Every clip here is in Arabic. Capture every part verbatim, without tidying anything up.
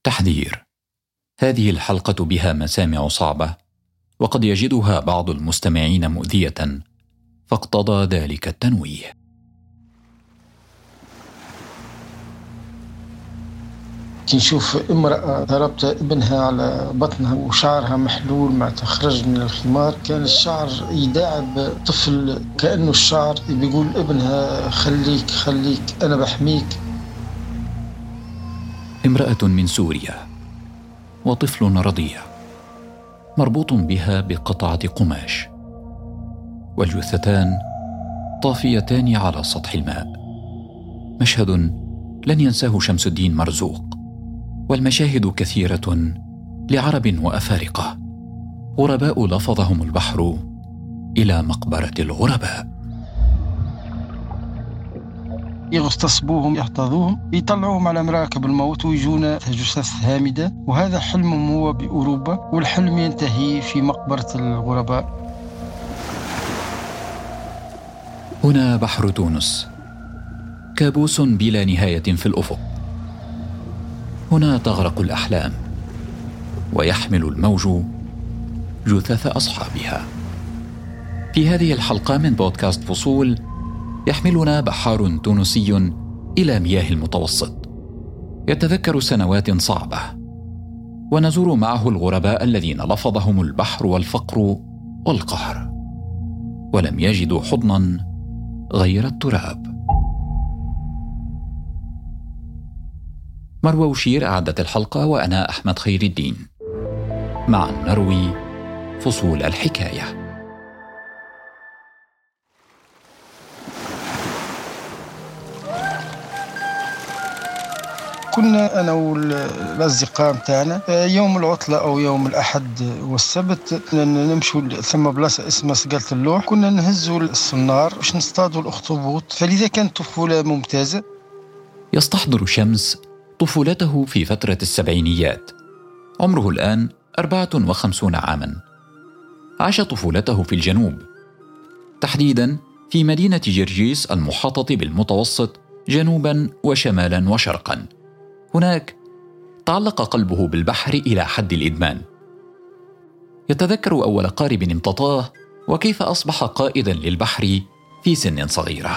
تحذير: هذه الحلقة بها مسامع صعبة، وقد يجدها بعض المستمعين مؤذية، فاقتضى ذلك التنويه. نشوف امرأة ضربت ابنها على بطنها وشعرها محلول مع تخرج من الخمار، كان الشعر يداعب طفل كأنه الشعر بيقول ابنها خليك خليك أنا بحميك. امرأة من سوريا وطفل رضيع مربوط بها بقطعة قماش، والجثتان طافيتان على سطح الماء. مشهد لن ينساه شمس الدين مرزوق، والمشاهد كثيرة لعرب وأفارقة، غرباء لفظهم البحر إلى مقبرة الغرباء. يغتصبوهم، يحتضوهم، يطلعوهم على مراكب الموت ويجونا جثث هامدة، وهذا حلمهم هو بأوروبا، والحلم ينتهي في مقبرة الغرباء. هنا بحر تونس، كابوس بلا نهاية في الأفق. هنا تغرق الأحلام ويحمل الموج جثث أصحابها. في هذه الحلقة من بودكاست فصول يحملنا بحار تونسي إلى مياه المتوسط، يتذكر سنوات صعبة، ونزور معه الغرباء الذين لفظهم البحر والفقر والقهر، ولم يجدوا حضنا غير التراب. مروى وشير أعدت الحلقة، وأنا أحمد خير الدين. معا نروي فصول الحكاية. كنا أنا والأصدقاء متاعنا يوم العطلة أو يوم الأحد والسبت نمشوا ثم بلاصة اسمها سقالة اللوح، كنا نهزوا الصنار باش نصطادوا الأخطبوط، فلذا كانت طفولة ممتازة. يستحضر شمس طفولته في فترة السبعينيات، عمره الآن أربعة وخمسون عاما. عاش طفولته في الجنوب، تحديدا في مدينة جرجيس المحاطة بالمتوسط جنوبا وشمالا وشرقا. هناك تعلق قلبه بالبحر إلى حد الإدمان. يتذكر أول قارب امتطاه وكيف أصبح قائدا للبحر في سن صغيرة.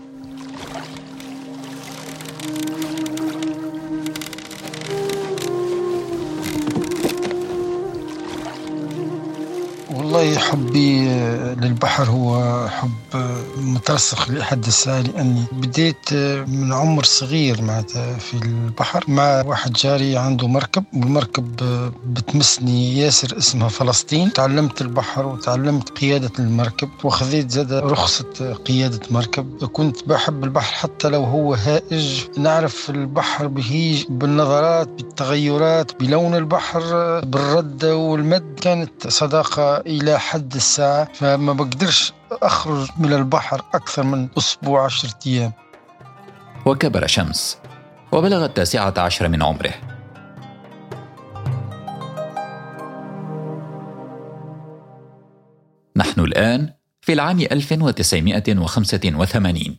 والله حبي للبحر هو حب مترسخ لحد الساعة، لأني بديت من عمر صغير معناتها في البحر مع واحد جاري عنده مركب، والمركب بتمسني ياسر اسمها فلسطين. تعلمت البحر وتعلمت قيادة المركب، وخذيت زاد رخصة قيادة مركب. كنت بحب البحر حتى لو هو هائج، نعرف البحر بهيج بالنظرات، بالتغيرات، بلون البحر، بالردة والمد. كانت صداقة إلى حد الساعة، فما بقدرش أخرج من البحر أكثر من أسبوع عشرة أيام. وكبر شمس وبلغ التاسعة عشر من عمره. نحن الآن في العام ألف وتسعمائة وخمسة وثمانين.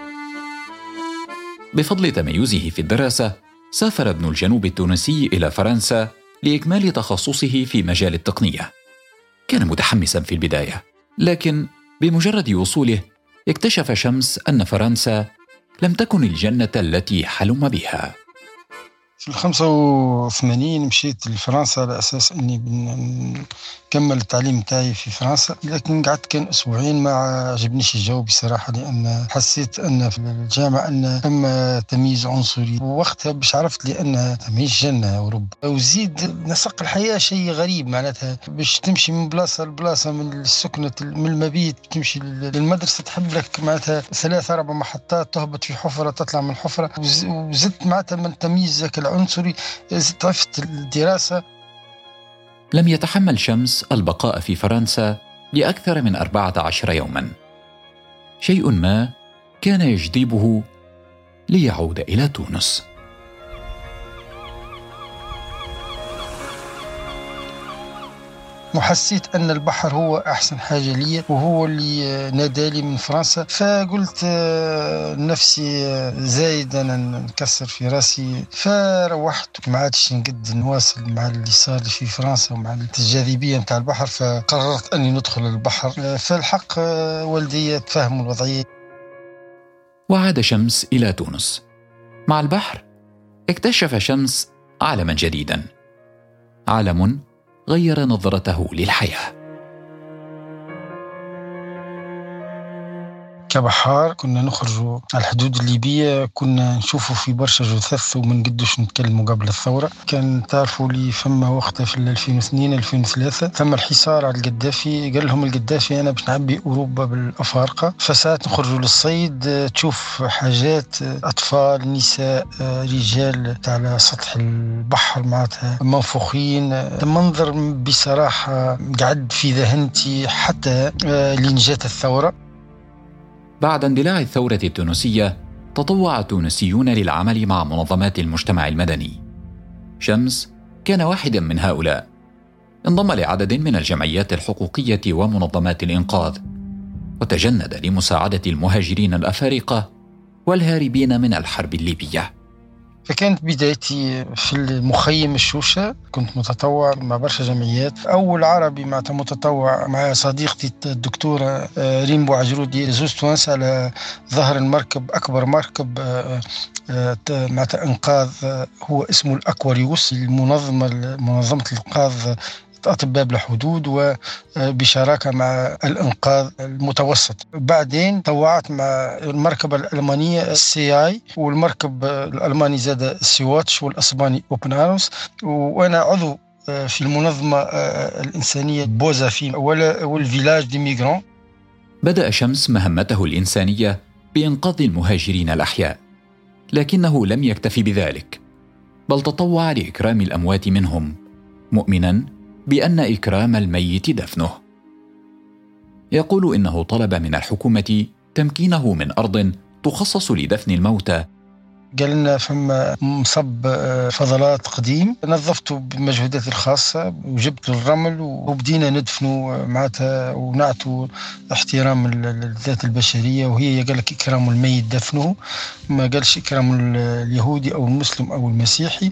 بفضل تميزه في الدراسة، سافر ابن الجنوب التونسي إلى فرنسا لإكمال تخصصه في مجال التقنية. كان متحمسا في البداية، لكن بمجرد وصوله اكتشف شمس أن فرنسا لم تكن الجنة التي حلم بها. في الخمسة وثمانين مشيت لفرنسا على أساس أني نكمل التعليم تاعي في فرنسا، لكن قعدت كان أسبوعين ما عجبنيش الجو بصراحة، لأن حسيت أن في الجامعة أن ثم تمييز عنصري، ووقتها باش عرفت لأنها مش جنة أوروبا. وزيد نسق الحياة شيء غريب، معناتها باش تمشي من بلاصة لبلاصة، من السكنة من المبيت تمشي للمدرسة، تحب لك معناتها ثلاثة أربع محطات، تهبط في حفرة تطلع من حفرة. وزدت معناتها من تمييزك العنصري زدت عرفت الدراسة. لم يتحمل شمس البقاء في فرنسا لأكثر من أربعة عشر يوما. شيء ما كان يجذبه ليعود إلى تونس. وحسيت أن البحر هو أحسن حاجة لي، وهو اللي نادالي من فرنسا. فقلت نفسي زايد أنا نكسر في راسي، فروحت ما عادش نقد نواصل مع اللي صار في فرنسا ومع الجاذبية متاع البحر، فقررت أني ندخل البحر. فالحق والدي تفهموا الوضعية. وعاد شمس إلى تونس. مع البحر اكتشف شمس عالما جديدا، عالم غير نظرته للحياة. كبحار كنا نخرجوا على الحدود الليبية، كنا نشوفوا في برشا جثث ومن قدوش نتكلموا قبل الثورة. كان تعرفوا لي فما وقتها في ألفين واثنين ألفين وثلاثة ثم الحصار على القذافي. قال لهم القذافي أنا باش نعبي أوروبا بالأفارقة. فساعات نخرجوا للصيد تشوف حاجات، أطفال، نساء، رجال على سطح البحر معناتها منفوخين. المنظر بصراحة قعد في ذهنتي حتى لين جات الثورة. بعد اندلاع الثورة التونسية تطوع تونسيون للعمل مع منظمات المجتمع المدني. شمس كان واحدا من هؤلاء. انضم لعدد من الجمعيات الحقوقية ومنظمات الإنقاذ، وتجند لمساعدة المهاجرين الأفارقة والهاربين من الحرب الليبية. فكانت بدايتي في المخيم الشوشة، كنت متطوع مع برشا جمعيات. أول عربي مع متطوع مع صديقتي الدكتورة ريم بوعجرودي، زوز توانس على ظهر المركب، أكبر مركب مع إنقاذ هو اسمه الأكواريوس، المنظمة منظمة الإنقاذ أطباء بلا حدود، وبشراكة مع الإنقاذ المتوسط. بعدين طوعت مع المركبة الألمانية السي آي، والمركب الألماني زاد السيواتش، والأسباني أوبن آرمز، وأنا عضو في المنظمة الإنسانية بوزافي والفيلاج دي ميغران. بدأ شمس مهمته الإنسانية بإنقاذ المهاجرين الأحياء، لكنه لم يكتفي بذلك، بل تطوع لإكرام الأموات منهم، مؤمناً بأن إكرام الميت دفنه. يقول إنه طلب من الحكومة تمكينه من أرض تخصص لدفن الموتى. قال لنا فما مصب فضلات قديم، نظفته بمجهوداتي الخاصة وجبت الرمل وبدينا ندفنه معناتها ونعطوا احترام للذات البشرية. وهي قال لك إكرام الميت دفنه، ما قالش إكرام اليهودي أو المسلم أو المسيحي.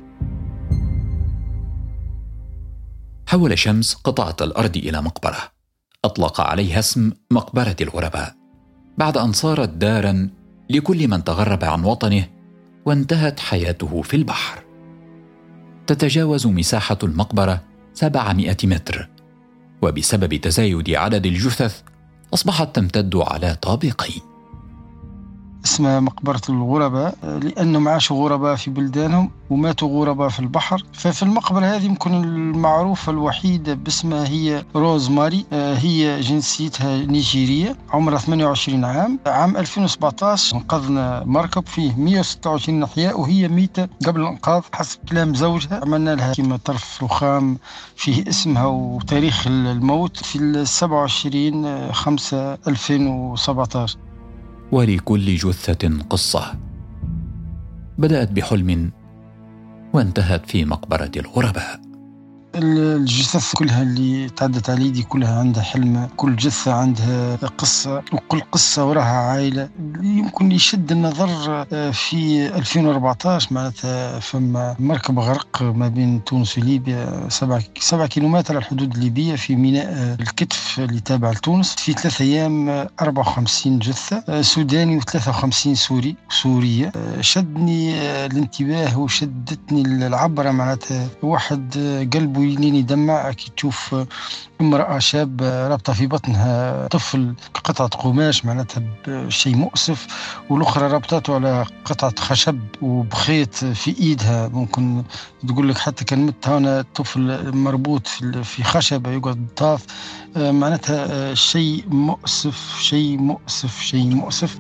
حول شمس قطعة الأرض إلى مقبرة أطلق عليها اسم مقبرة الغرباء، بعد أن صارت داراً لكل من تغرب عن وطنه وانتهت حياته في البحر. تتجاوز مساحة المقبرة سبعمائة متر، وبسبب تزايد عدد الجثث أصبحت تمتد على طابقين. اسمها مقبرة الغرباء لأنهم عاشوا غرباء في بلدانهم وماتوا غرباء في البحر. ففي المقبرة هذه يمكن المعروفة الوحيدة باسمها هي روزماري، هي جنسيتها نيجيرية، عمرها ثمانية وعشرين عام. عام ألفين وسبعة عشر انقذنا مركب فيه مئة وستة وعشرين أحياء وهي ميتة قبل الإنقاذ حسب كلام زوجها. عملنا لها كما طرف رخام فيه اسمها وتاريخ الموت في السبعة وعشرين خمسة ألفين وسبعة عشر. ولكل جثة قصة بدأت بحلم وانتهت في مقبرة الغرباء. الجثث كلها اللي تعدت علي دي كلها عندها حلم، كل جثة عندها قصة وكل قصة وراها عائلة. يمكن يشد النظر في ألفين وأربعة عشر معناتها فما مركب غرق ما بين تونس وليبيا، سبعة سبعة كيلومتر على الحدود الليبية في ميناء الكتف اللي تابع لتونس. في ثلاثة أيام أربعة وخمسين جثة، سوداني وثلاثة وخمسين سوري سورية. شدني الانتباه وشدتني العبرة معناتها واحد قلبه يلين يدمع كي تشوف امرأة شاب رابطة في بطنها طفل قطعة قماش معناتها شيء مؤسف، والأخرى رابطته على قطعة خشب وبخيط في إيدها. ممكن تقول لك حتى كان مت هنا الطفل مربوط في خشبة يقعد طاف، معناتها شيء مؤسف شيء مؤسف شيء مؤسف.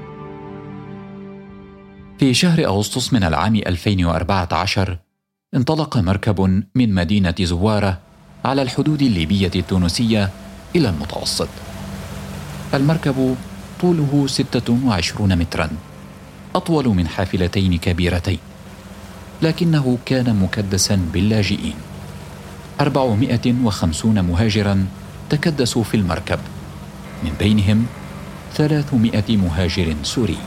في شهر أغسطس من العام ألفين وأربعة عشر انطلق مركب من مدينة زوارة على الحدود الليبية التونسية إلى المتوسط. المركب طوله ستة وعشرون متراً، أطول من حافلتين كبيرتين، لكنه كان مكدساً باللاجئين. أربعمائة وخمسين مهاجراً تكدسوا في المركب، من بينهم ثلاثمائة مهاجر سوري.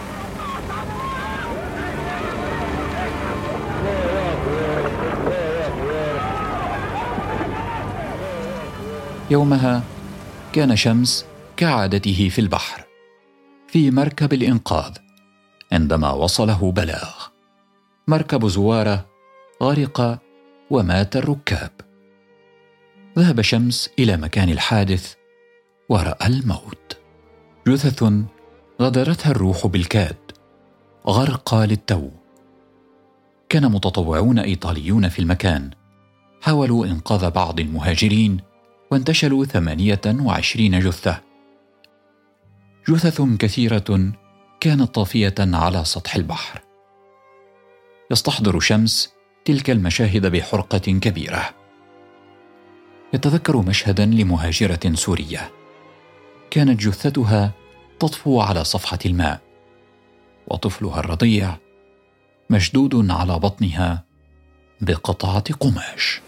يومها كان شمس كعادته في البحر في مركب الإنقاذ، عندما وصله بلاغ: مركب زوارة غرق ومات الركاب. ذهب شمس إلى مكان الحادث ورأى الموت، جثث غدرتها الروح بالكاد، غرقى للتو. كان متطوعون إيطاليون في المكان حاولوا إنقاذ بعض المهاجرين، وانتشلوا ثمانية وعشرين جثة. جثث كثيرة كانت طافية على سطح البحر. يستحضر شمس تلك المشاهد بحرقة كبيرة. يتذكر مشهدا لمهاجرة سورية كانت جثتها تطفو على صفحة الماء، وطفلها الرضيع مشدود على بطنها بقطعة قماش.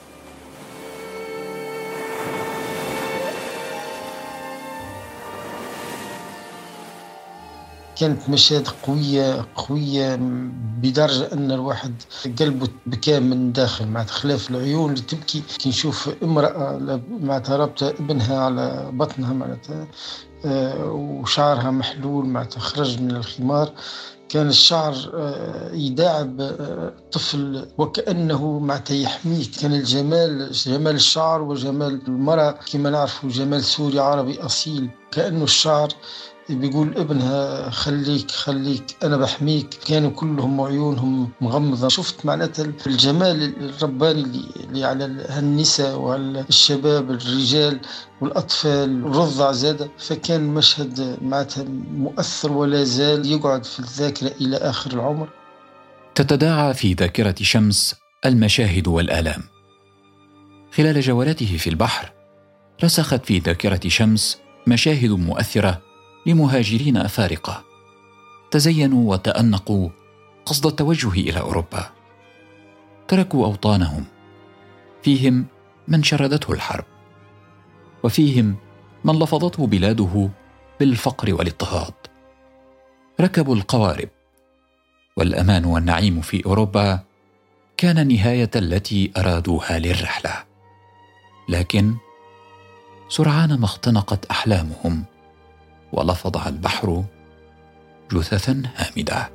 كانت مشاهد قوية قوية بدرجة أن الواحد قلبه بكى من داخل، مع خلاف العيون اللي تبكي كي نشوف امرأة مع رابطة ابنها على بطنها معناتها وشعرها محلول معناتها خرج من الخمار. كان الشعر يداعب طفل وكأنه معناتها يحميه. كان الجمال جمال الشعر وجمال المرأة كما نعرف جمال سوري عربي أصيل. كأنه الشعر بيقول ابنها خليك خليك أنا بحميك. كانوا كلهم عيونهم مغمضة. شفت معناتها الجمال الرباني اللي على النساء وعلى الشباب الرجال والأطفال والرضع زادة. فكان مشهد معناتها مؤثر ولا زال يقعد في الذاكرة إلى آخر العمر. تتداعى في ذاكرة شمس المشاهد والآلام. خلال جولته في البحر رسخت في ذاكرة شمس مشاهد مؤثرة لمهاجرين أفارقة تزينوا وتأنقوا قصد التوجه إلى أوروبا. تركوا أوطانهم، فيهم من شردته الحرب، وفيهم من لفظته بلاده بالفقر والاضطهاد. ركبوا القوارب، والأمان والنعيم في أوروبا كان النهاية التي أرادوها للرحلة. لكن سرعان ما اختنقت أحلامهم ولفظها البحر جثثا هامدة.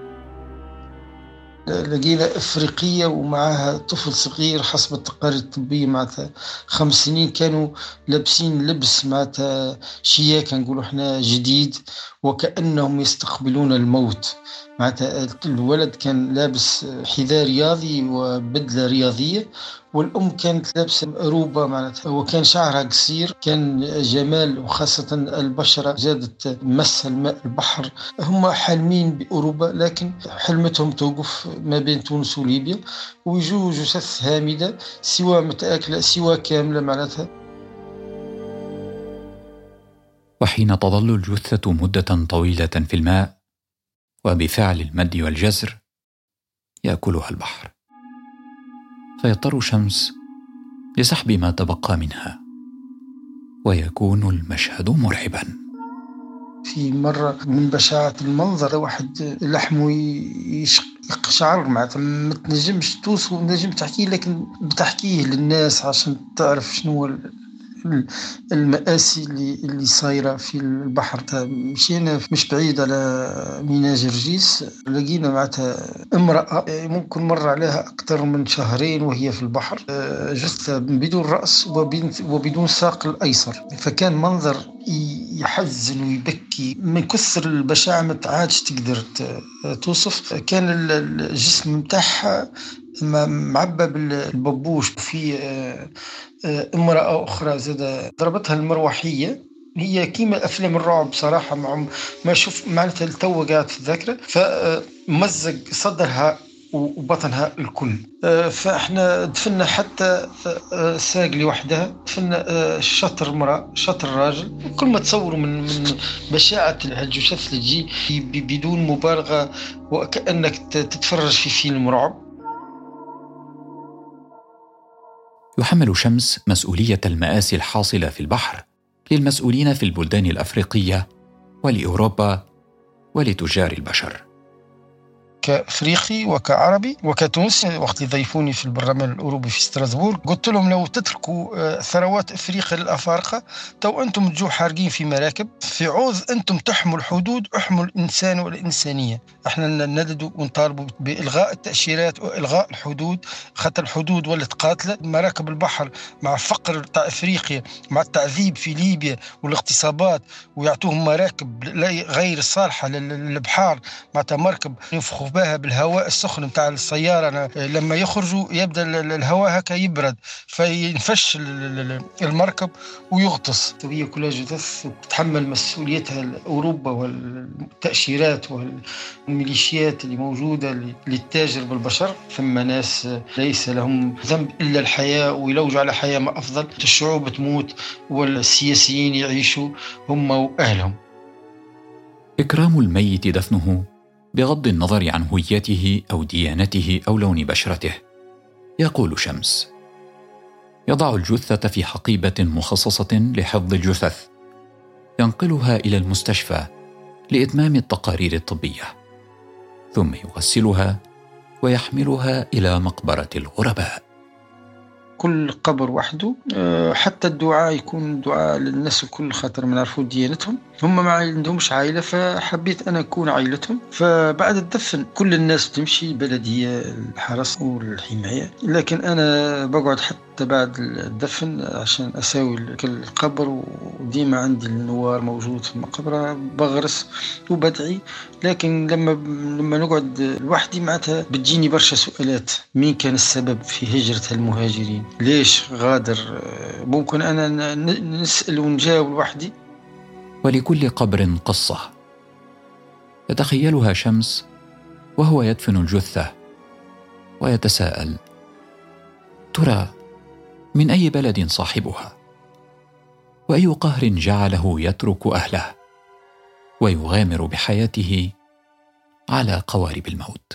لقينا إفريقية ومعها طفل صغير حسب التقارير الطبية معناتها خمس سنين. كانوا لابسين لبس معناتها شياكة نقولوا احنا جديد، وكأنهم يستقبلون الموت. معناتها الولد كان لابس حذاء رياضي وبدلة رياضية، والأم كانت لابسة روبة معناتها، وكان شعرها قصير. كان جمال وخاصة البشرة زادت مس الماء البحر. هم حالمين بأوروبا، لكن حلمتهم توقف ما بين تونس وليبيا، ويجوا جثث هامدة سواء متآكلة سواء كاملة معناتها. وحين تظل الجثة مدة طويلة في الماء وبفعل المد والجزر يأكلها البحر، فيضطر شمس لسحب ما تبقى منها، ويكون المشهد مرعبا. في مرة من بشاعة المنظر واحد لحمه يقشعر معناتها ما تنجمش توصف وما تنجمش تحكيه، لكن بتحكيه للناس عشان تعرف شنو المآسي اللي اللي صايرة في البحر. مشينا مش بعيد على ميناء جرجيس، لقينا معناتها امرأة ممكن مر عليها أكثر من شهرين وهي في البحر، جثة بدون رأس وبدون ساق الأيسر. فكان منظر يحزن ويبكي من كثر البشاعة، ما تعادش تقدر توصف. كان الجسم متاعها معبى بالببوش. في امرأة أخرى زاد ضربتها المروحية، هي كيما أفلام الرعب صراحة، مع ما شوف معناتها التو قاعد في الذاكرة. فمزق صدرها وبطنها الكل. فاحنا دفنا حتى ساق لوحدها، دفنا شطر مرأة شطر راجل. كل ما تصوروا من من بشاعة الجثث اللي تجي بدون مبالغة، وكأنك تتفرج في فيلم رعب. يحمل شمس مسؤولية المآسي الحاصلة في البحر للمسؤولين في البلدان الأفريقية ولأوروبا ولتجار البشر. كأفريقي وكعربي وكتونسي، وقت يضيفوني في البرلمان الأوروبي في ستراسبورغ قلت لهم لو تتركوا ثروات أفريقيا للأفارقة، تو أنتم تجوا حارقين في مراكب، في عوض أنتم تحموا الحدود، احموا الإنسان والإنسانية. احنا نددوا ونطالبوا بإلغاء التأشيرات وإلغاء الحدود، خاطر الحدود ولت قاتلة. مراكب البحر مع فقر تاع أفريقيا، مع التعذيب في ليبيا والاغتصابات، ويعطوهم مراكب غير صالحة للبحار، مع مركب ينفخوا بها بالهواء السخن متاع السيارة، لما يخرجوا يبدأ الهواء هكا يبرد فينفش المركب ويغطس. هي كلها جثث تتحمل مسؤوليتها أوروبا والتأشيرات والميليشيات اللي موجودة للتاجر بالبشر. ثم ناس ليس لهم ذنب إلا الحياة ويلوجوا على حياة ما أفضل. الشعوب تموت والسياسيين يعيشوا هم وأهلهم. إكرام الميت دفنه بغض النظر عن هويته أو ديانته أو لون بشرته. يقول شمس: يضع الجثة في حقيبة مخصصة لحفظ الجثث، ينقلها إلى المستشفى لإتمام التقارير الطبية، ثم يغسلها ويحملها إلى مقبرة الغرباء. كل قبر وحده، حتى الدعاء يكون دعاء للناس الكل، خاطر ما نعرفوا ديانتهم. هم ما عندهمش عائلة، فحبيت أنا أكون عائلتهم. فبعد الدفن كل الناس تمشي، البلدية، الحرس والحماية، لكن أنا بقعد حتى بعد الدفن عشان أساوي القبر، وديما عندي النوار موجود في المقبرة، بغرس وبدعي. لكن لما لما نقعد لوحدي معناتها بتجيني برشا سؤالات: مين كان السبب في هجرة المهاجرين؟ ليش غادر؟ ممكن أنا نسأل ونجاوب لوحدي. ولكل قبر قصة يتخيلها شمس وهو يدفن الجثة، ويتساءل: ترى من أي بلد صاحبها؟ وأي قهر جعله يترك أهله ويغامر بحياته على قوارب الموت؟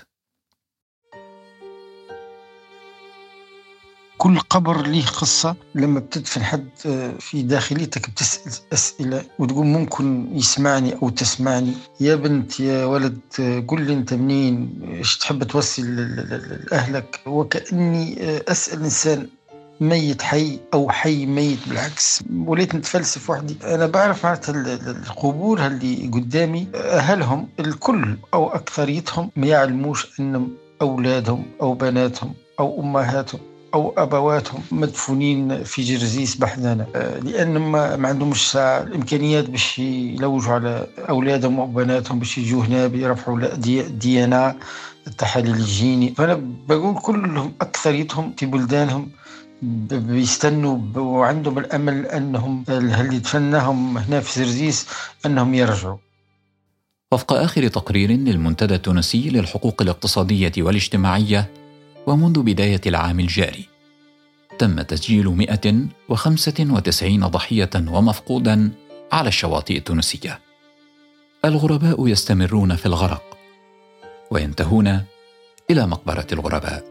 كل قبر له قصة. لما بتدفن حد في داخليتك بتسأل أسئلة وتقول ممكن يسمعني أو تسمعني: يا بنت، يا ولد، قل لي أنت منين، إيش تحب توصل لأهلك؟ وكأني أسأل إنسان ميت حي أو حي ميت. بالعكس، وليت نتفلسف وحدي. أنا بعرف معناتها القبور اللي قدامي أهلهم الكل أو أكثريتهم ما يعلموش أن أولادهم أو بناتهم أو أمهاتهم أو أبواتهم مدفونين في جرزيس بحذانة، لأن ما عندهمش ساعة الإمكانيات باش يلوجوا على أولادهم أو بناتهم باش يجوا هنا بيرفعوا دي إن إيه التحاليل الجيني. فأنا بقول كلهم أكثريتهم في بلدانهم بيستنوا وعندهم الأمل أنهم اللي دفناهم هنا في جرزيس أنهم يرجعوا. وفق آخر تقرير للمنتدى التونسي للحقوق الاقتصادية والاجتماعية، ومنذ بداية العام الجاري تم تسجيل مئة وخمسة وتسعين ضحية ومفقودا على الشواطئ التونسية. الغرباء يستمرون في الغرق وينتهون إلى مقبرة الغرباء،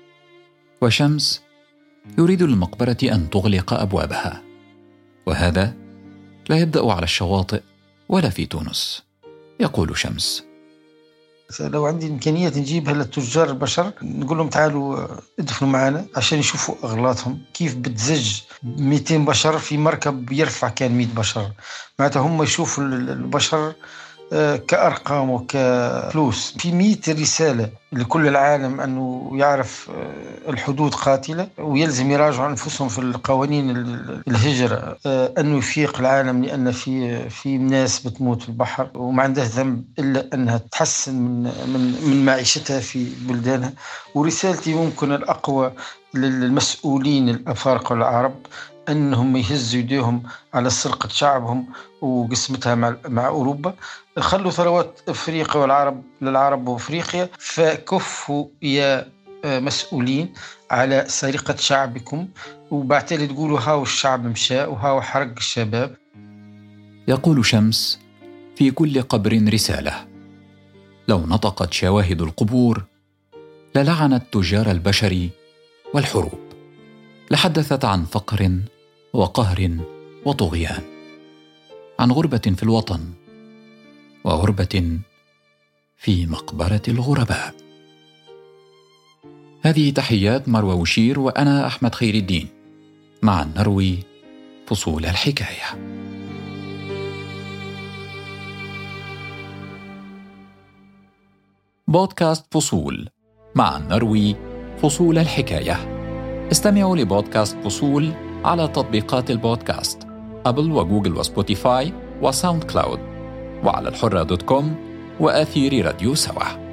وشمس يريد للمقبرة أن تغلق أبوابها، وهذا لا يبدأ على الشواطئ ولا في تونس. يقول شمس: لو عندي إمكانية نجيبها للتجار البشر، نقول لهم تعالوا ادخلوا معنا عشان يشوفوا أغلاطهم، كيف بتزج مئتين بشر في مركب يرفع كان مئة بشر. معناتها هم يشوفوا البشر كأرقام وكفلوس. في مئة رسالة لكل العالم أنه يعرف الحدود قاتلة ويلزم يراجعوا أنفسهم في القوانين الهجرة، أنه يفيق العالم لأن في في ناس بتموت في البحر وما عندها ذنب إلا أنها تحسن من من من معيشتها في بلدانها. ورسالتي ممكن الأقوى للمسؤولين الأفارقة والعرب أنهم يهزوا يديهم على سرقة شعبهم وقسمتها مع, مع أوروبا. خلوا ثروات أفريقيا والعرب للعرب وأفريقيا، فكفوا يا مسؤولين على سرقة شعبكم، وبعتالي تقولوا هاو الشعب مشى وهاو حرق الشباب. يقول شمس: في كل قبر رسالة. لو نطقت شواهد القبور للعنت تجار البشر والحروب. لحدثت عن فقر وقهر وطغيان، عن غربة في الوطن وغربة في مقبرة الغرباء. هذه تحيات مروى وشير، وأنا أحمد خير الدين. معا نروي فصول الحكاية. بودكاست فصول، معا نروي فصول الحكاية. استمعوا لبودكاست فصول على تطبيقات البودكاست أبل وجوجل وسبوتيفاي وساوند كلاود، وعلى الحرة دوت كوم وآثير راديو سوا.